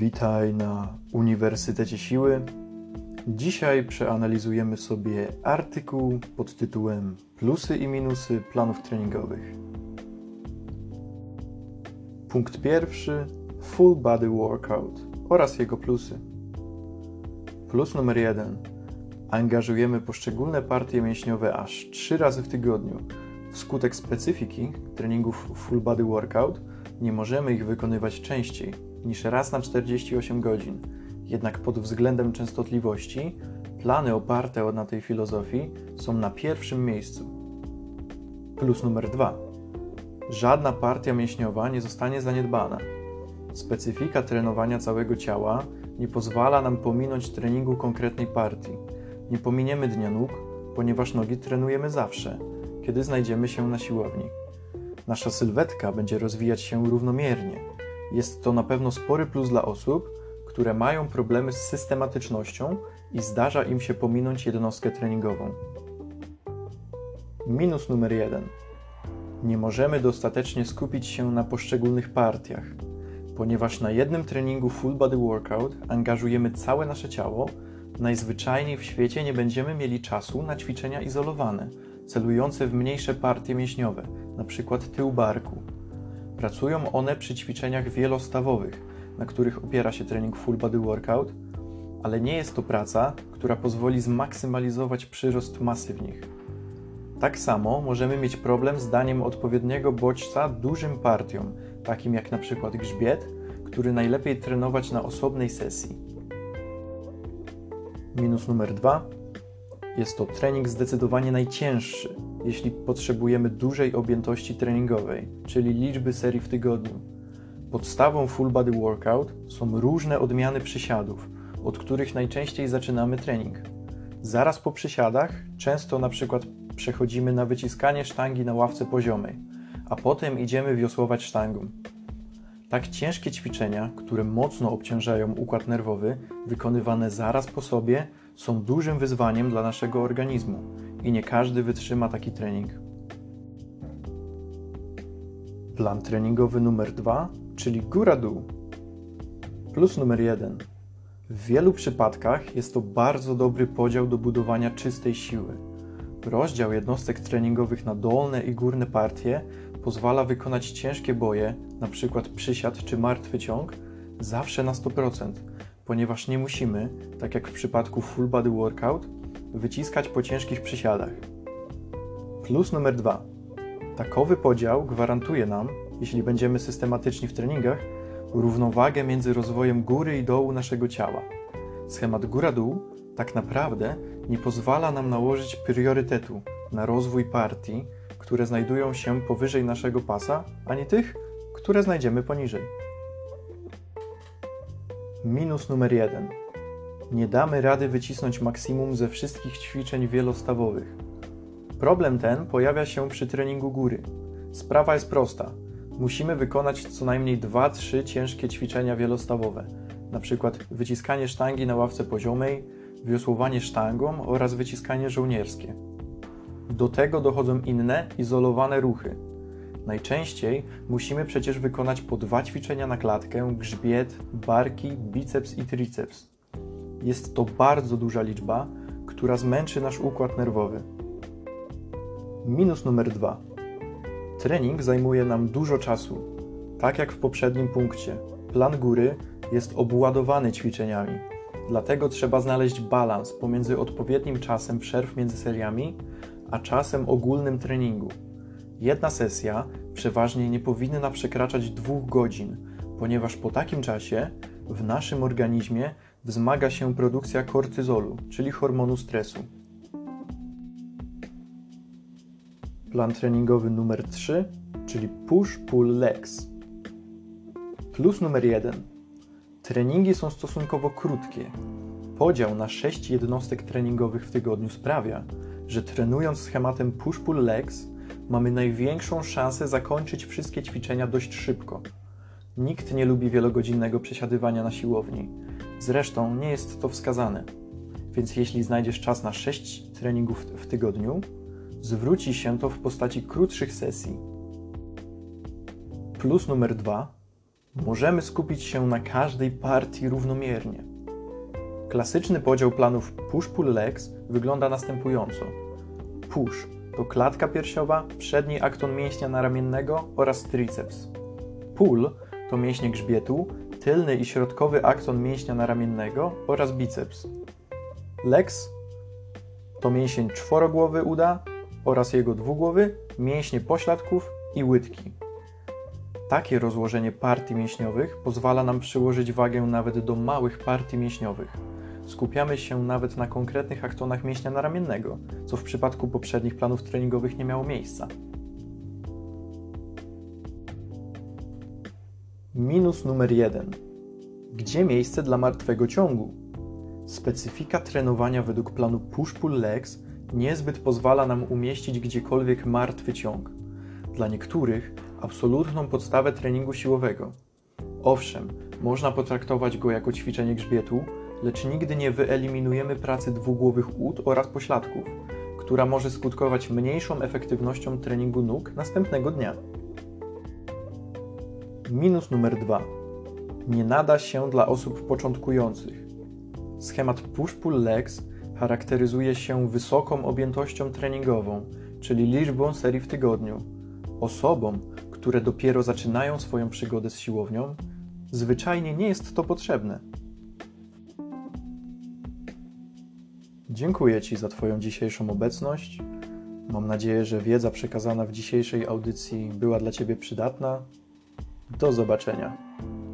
Witaj na Uniwersytecie Siły. Dzisiaj przeanalizujemy sobie artykuł pod tytułem Plusy i minusy planów treningowych. Punkt pierwszy: Full Body Workout oraz jego plusy. Plus numer 1. Angażujemy poszczególne partie mięśniowe aż 3 razy w tygodniu. Wskutek specyfiki treningów Full Body Workout nie możemy ich wykonywać częściej niż raz na 48 godzin. Jednak pod względem częstotliwości plany oparte na tej filozofii są na pierwszym miejscu. Plus numer 2. Żadna partia mięśniowa nie zostanie zaniedbana. Specyfika trenowania całego ciała nie pozwala nam pominąć treningu konkretnej partii. Nie pominiemy dnia nóg, ponieważ nogi trenujemy zawsze, kiedy znajdziemy się na siłowni. Nasza sylwetka będzie rozwijać się równomiernie. Jest to na pewno spory plus dla osób, które mają problemy z systematycznością i zdarza im się pominąć jednostkę treningową. Minus numer 1. Nie możemy dostatecznie skupić się na poszczególnych partiach. Ponieważ na jednym treningu Full Body Workout angażujemy całe nasze ciało, najzwyczajniej w świecie nie będziemy mieli czasu na ćwiczenia izolowane, celujące w mniejsze partie mięśniowe, np. tył barku. Pracują one przy ćwiczeniach wielostawowych, na których opiera się trening Full Body Workout, ale nie jest to praca, która pozwoli zmaksymalizować przyrost masy w nich. Tak samo możemy mieć problem z daniem odpowiedniego bodźca dużym partiom, takim jak np. grzbiet, który najlepiej trenować na osobnej sesji. Minus numer 2. Jest to trening zdecydowanie najcięższy, jeśli potrzebujemy dużej objętości treningowej, czyli liczby serii w tygodniu. Podstawą Full Body Workout są różne odmiany przysiadów, od których najczęściej zaczynamy trening. Zaraz po przysiadach często np. przechodzimy na wyciskanie sztangi na ławce poziomej, a potem idziemy wiosłować sztangą. Tak ciężkie ćwiczenia, które mocno obciążają układ nerwowy, wykonywane zaraz po sobie, są dużym wyzwaniem dla naszego organizmu i nie każdy wytrzyma taki trening. Plan treningowy numer 2, czyli góra-dół. Plus numer 1. W wielu przypadkach jest to bardzo dobry podział do budowania czystej siły. Rozdział jednostek treningowych na dolne i górne partie pozwala wykonać ciężkie boje, np. przysiad czy martwy ciąg, zawsze na 100%, ponieważ nie musimy, tak jak w przypadku Full Body Workout, wyciskać po ciężkich przysiadach. Plus numer 2. Takowy podział gwarantuje nam, jeśli będziemy systematyczni w treningach, równowagę między rozwojem góry i dołu naszego ciała. Schemat góra-dół tak naprawdę nie pozwala nam nałożyć priorytetu na rozwój partii, które znajdują się powyżej naszego pasa, ani tych, które znajdziemy poniżej. Minus numer 1. Nie damy rady wycisnąć maksimum ze wszystkich ćwiczeń wielostawowych. Problem ten pojawia się przy treningu góry. Sprawa jest prosta. Musimy wykonać co najmniej 2-3 ciężkie ćwiczenia wielostawowe, np. wyciskanie sztangi na ławce poziomej, wiosłowanie sztangą oraz wyciskanie żołnierskie. Do tego dochodzą inne, izolowane ruchy. Najczęściej musimy przecież wykonać po 2 ćwiczenia na klatkę, grzbiet, barki, biceps i triceps. Jest to bardzo duża liczba, która zmęczy nasz układ nerwowy. Minus numer 2. Trening zajmuje nam dużo czasu. Tak jak w poprzednim punkcie, plan góry jest obładowany ćwiczeniami. Dlatego trzeba znaleźć balans pomiędzy odpowiednim czasem przerw między seriami, a czasem ogólnym treningu. Jedna sesja przeważnie nie powinna przekraczać 2 godzin, ponieważ po takim czasie w naszym organizmie wzmaga się produkcja kortyzolu, czyli hormonu stresu. Plan treningowy numer 3, czyli push-pull legs. Plus numer 1. Treningi są stosunkowo krótkie. Podział na 6 jednostek treningowych w tygodniu sprawia, że trenując schematem push-pull legs mamy największą szansę zakończyć wszystkie ćwiczenia dość szybko. Nikt nie lubi wielogodzinnego przesiadywania na siłowni. Zresztą nie jest to wskazane. Więc jeśli znajdziesz czas na 6 treningów w tygodniu, zwróci się to w postaci krótszych sesji. Plus numer 2. Możemy skupić się na każdej partii równomiernie. Klasyczny podział planów push-pull-legs wygląda następująco. Push to klatka piersiowa, przedni akton mięśnia naramiennego oraz triceps. Pull to mięśnie grzbietu, tylny i środkowy akton mięśnia naramiennego oraz biceps. Legs to mięsień czworogłowy uda oraz jego dwugłowy, mięśnie pośladków i łydki. Takie rozłożenie partii mięśniowych pozwala nam przyłożyć wagę nawet do małych partii mięśniowych. Skupiamy się nawet na konkretnych aktonach mięśnia naramiennego, co w przypadku poprzednich planów treningowych nie miało miejsca. Minus numer 1. Gdzie miejsce dla martwego ciągu? Specyfika trenowania według planu push-pull-legs niezbyt pozwala nam umieścić gdziekolwiek martwy ciąg. Dla niektórych absolutną podstawę treningu siłowego. Owszem, można potraktować go jako ćwiczenie grzbietu, lecz nigdy nie wyeliminujemy pracy dwugłowych ud oraz pośladków, która może skutkować mniejszą efektywnością treningu nóg następnego dnia. Minus numer 2. Nie nada się dla osób początkujących. Schemat push-pull-legs charakteryzuje się wysoką objętością treningową, czyli liczbą serii w tygodniu. Osobom, które dopiero zaczynają swoją przygodę z siłownią, zwyczajnie nie jest to potrzebne. Dziękuję Ci za Twoją dzisiejszą obecność. Mam nadzieję, że wiedza przekazana w dzisiejszej audycji była dla Ciebie przydatna. Do zobaczenia.